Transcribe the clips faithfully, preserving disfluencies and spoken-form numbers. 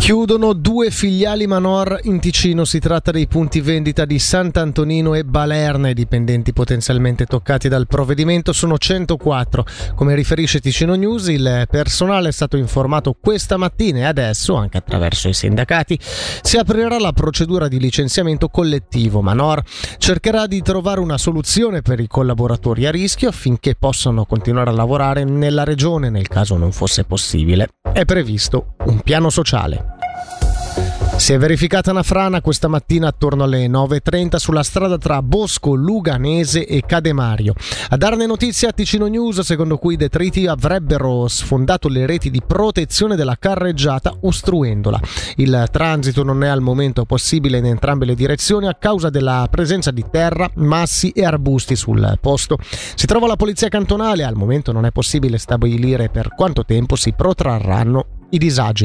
Chiudono due filiali Manor in Ticino. Si tratta dei punti vendita di Sant'Antonino e Balerna. I dipendenti potenzialmente toccati dal provvedimento sono centoquattro. Come riferisce Ticino News, il personale è stato informato questa mattina e adesso, anche attraverso i sindacati, si aprirà la procedura di licenziamento collettivo. Manor cercherà di trovare una soluzione per i collaboratori a rischio affinché possano continuare a lavorare nella regione nel caso non fosse possibile. È previsto un piano sociale. Si è verificata una frana questa mattina attorno alle nove e trenta sulla strada tra Bosco Luganese e Cademario. A darne notizia Ticino News, secondo cui i detriti avrebbero sfondato le reti di protezione della carreggiata ostruendola. Il transito non è al momento possibile in entrambe le direzioni a causa della presenza di terra, massi e arbusti sul posto. Si trova la polizia cantonale, al momento non è possibile stabilire per quanto tempo si protrarranno i disagi.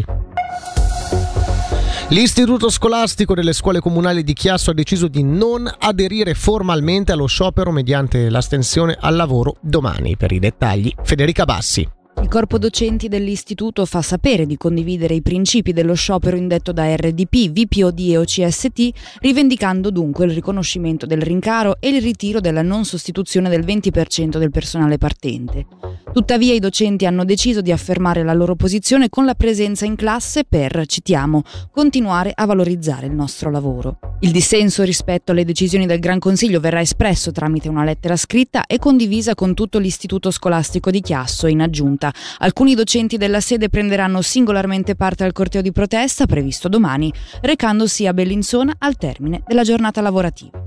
L'Istituto Scolastico delle Scuole Comunali di Chiasso ha deciso di non aderire formalmente allo sciopero mediante l'astensione al lavoro domani. Per i dettagli, Federica Bassi. Il corpo docenti dell'istituto fa sapere di condividere i principi dello sciopero indetto da R D P, V P O D e O C S T, rivendicando dunque il riconoscimento del rincaro e il ritiro della non sostituzione del venti per cento del personale partente. Tuttavia i docenti hanno deciso di affermare la loro posizione con la presenza in classe per, citiamo, continuare a valorizzare il nostro lavoro. Il dissenso rispetto alle decisioni del Gran Consiglio verrà espresso tramite una lettera scritta e condivisa con tutto l'Istituto Scolastico di Chiasso. In aggiunta, alcuni docenti della sede prenderanno singolarmente parte al corteo di protesta previsto domani, recandosi a Bellinzona al termine della giornata lavorativa.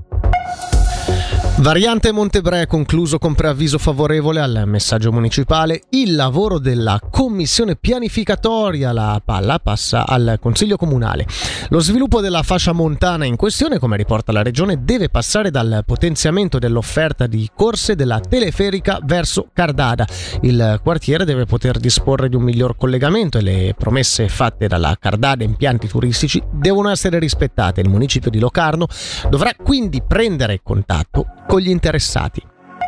Variante Montebre, concluso con preavviso favorevole al messaggio municipale. Il lavoro della commissione pianificatoria, la palla passa al Consiglio Comunale. Lo sviluppo della fascia montana in questione, come riporta la Regione, deve passare dal potenziamento dell'offerta di corse della teleferica verso Cardada. Il quartiere deve poter disporre di un miglior collegamento e le promesse fatte dalla Cardada impianti turistici devono essere rispettate. Il municipio di Locarno dovrà quindi prendere contatto con gli interessati.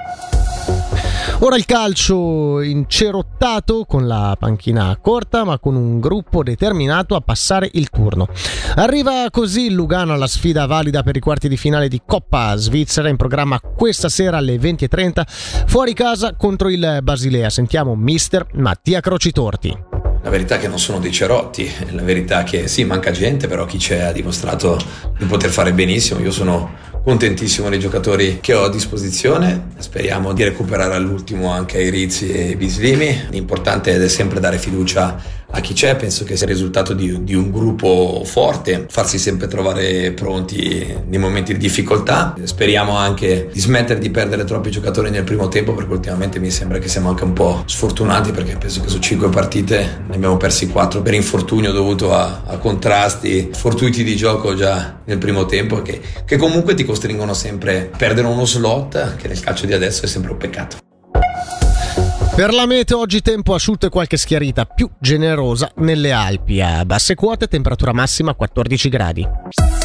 Ora il calcio incerottato con la panchina corta ma con un gruppo determinato a passare il turno. Arriva così il Lugano alla sfida valida per i quarti di finale di Coppa Svizzera, in programma questa sera alle venti e trenta fuori casa contro il Basilea. Sentiamo mister Mattia Crocitorti. La verità è che non sono dei cerotti, la verità è che sì, manca gente, però chi c'è ha dimostrato di poter fare benissimo. Io sono contentissimo dei giocatori che ho a disposizione, speriamo di recuperare all'ultimo anche i Rizzi e i Bislimi. L'importante è sempre dare fiducia a chi c'è, penso che sia il risultato di, di un gruppo forte, farsi sempre trovare pronti nei momenti di difficoltà. Speriamo anche di smettere di perdere troppi giocatori nel primo tempo, perché ultimamente mi sembra che siamo anche un po' sfortunati, perché penso che su cinque partite ne abbiamo persi quattro per infortunio dovuto a, a contrasti fortuiti di gioco già nel primo tempo, che, che comunque ti costringono sempre a perdere uno slot, che nel calcio di adesso è sempre un peccato. Per la meteo oggi tempo asciutto e qualche schiarita più generosa nelle Alpi. A basse quote temperatura massima quattordici gradi.